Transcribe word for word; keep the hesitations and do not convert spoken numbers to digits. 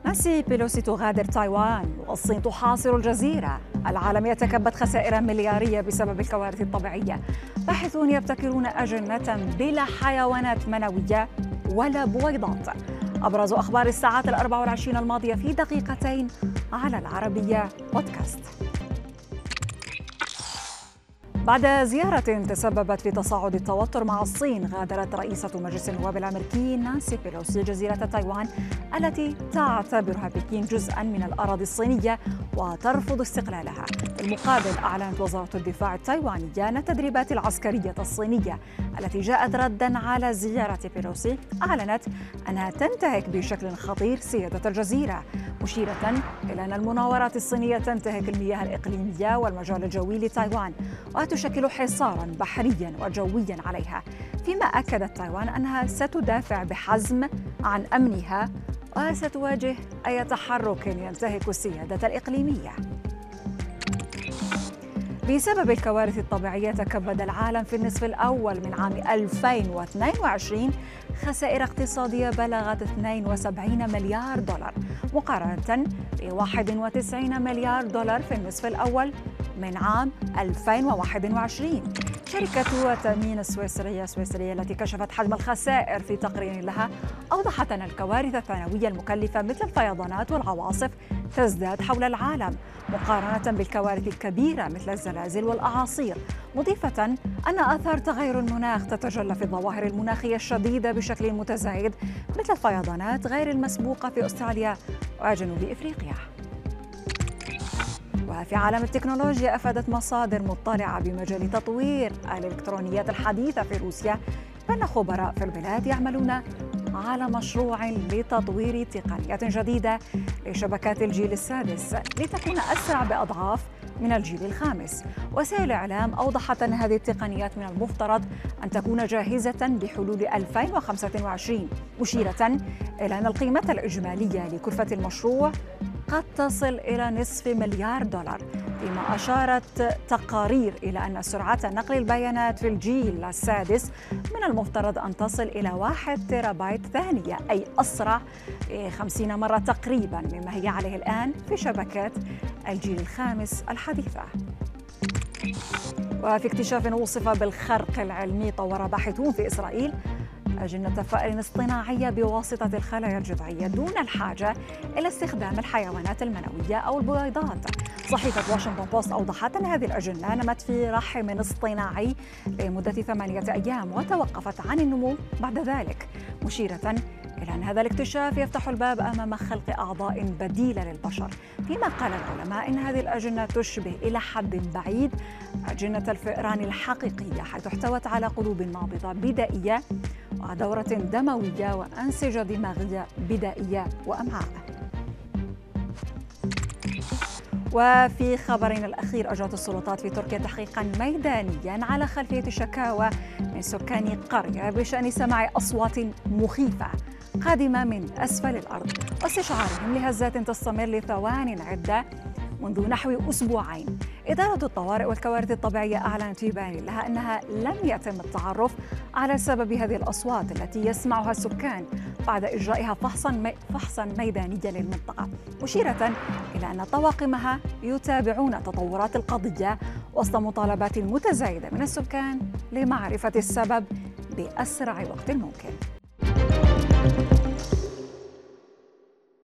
نانسي بيلوسي تغادر تايوان والصين تحاصر الجزيرة. العالم يتكبد خسائر مليارية بسبب الكوارث الطبيعية. باحثون يبتكرون أجنة بلا حيوانات منوية ولا بويضات. أبرز أخبار الساعات الأربع والعشرين الماضية في دقيقتين على العربية بودكاست. بعد زيارة تسببت في تصاعد التوتر مع الصين، غادرت رئيسة مجلس النواب الأمريكي نانسي بيلوسي جزيرة تايوان التي تعتبرها بكين جزءاً من الأراضي الصينية وترفض استقلالها. بالمقابل، أعلنت وزارة الدفاع التايوانية أن التدريبات العسكرية الصينية التي جاءت رداً على زيارة بيلوسي أعلنت أنها تنتهك بشكل خطير سيادة الجزيرة، مشيرة إلى أن المناورات الصينية تنتهك المياه الإقليمية والمجال الجوي لتايوان وتشكل حصاراً بحرياً وجوياً عليها، فيما أكدت تايوان أنها ستدافع بحزم عن أمنها وستواجه أي تحرك ينتهك السيادة الإقليمية. بسبب الكوارث الطبيعية تكبد العالم في النصف الأول من عام ألفين واثنين وعشرين خسائر اقتصادية بلغت اثنين وسبعين مليار دولار مقارنة ب واحد وتسعين مليار دولار في النصف الأول من عام ألفين وواحد وعشرين. شركة تأمين السويسرية السويسرية التي كشفت حجم الخسائر في تقرير لها أوضحت أن الكوارث الثانوية المكلفة مثل الفيضانات والعواصف تزداد حول العالم مقارنة بالكوارث الكبيرة مثل الزلازل والأعاصير، مضيفة أن آثار تغير المناخ تتجلى في الظواهر المناخية الشديدة بشكل متزايد مثل الفيضانات غير المسبوقة في أستراليا وجنوب إفريقيا. وفي عالم التكنولوجيا، أفادت مصادر مطلعة بمجال تطوير الإلكترونيات الحديثة في روسيا بأن خبراء في البلاد يعملون على مشروع لتطوير تقنيات جديدة لشبكات الجيل السادس لتكون أسرع بأضعاف من الجيل الخامس. وسائل الإعلام أوضحت أن هذه التقنيات من المفترض أن تكون جاهزة بحلول ألفين وخمسة وعشرين، مشيرة إلى أن القيمة الإجمالية لكلفة المشروع قد تصل إلى نصف مليار دولار، فيما أشارت تقارير إلى أن سرعة نقل البيانات في الجيل السادس من المفترض أن تصل إلى واحد تيرابايت ثانية، أي أسرع خمسين مرة تقريباً مما هي عليه الآن في شبكات الجيل الخامس الحديثة. وفي اكتشاف وصف بالخرق العلمي، طور باحثون في إسرائيل أجنة فأر اصطناعية بواسطة الخلايا الجذعية دون الحاجة إلى استخدام الحيوانات المنوية أو البويضات. صحيفة واشنطن بوست أوضحت أن هذه الأجنة نمت في رحم اصطناعي لمدة ثمانية أيام وتوقفت عن النمو بعد ذلك، مشيرة إلى أن هذا الاكتشاف يفتح الباب أمام خلق أعضاء بديلة للبشر، فيما قال العلماء إن هذه الأجنة تشبه إلى حد بعيد أجنة الفئران الحقيقية، حيث احتوت على قلوب نابضة بدائية ودورة دموية وأنسجة دماغية بدائية وأمعاء. وفي خبرنا الأخير، أجرت السلطات في تركيا تحقيقاً ميدانياً على خلفية شكاوى من سكان قرية بشأن سماع أصوات مخيفة قادمة من أسفل الأرض واستشعارهم لهزات تستمر لثوان عدة منذ نحو أسبوعين. إدارة الطوارئ والكوارث الطبيعية أعلنت في بيان لها أنها لم يتم التعرف على سبب هذه الأصوات التي يسمعها السكان بعد إجرائها فحصاً مي فحصاً ميدانياً للمنطقة، مشيرة إلى أن طواقمها يتابعون تطورات القضية وسط مطالبات متزايدة من السكان لمعرفة السبب بأسرع وقت ممكن.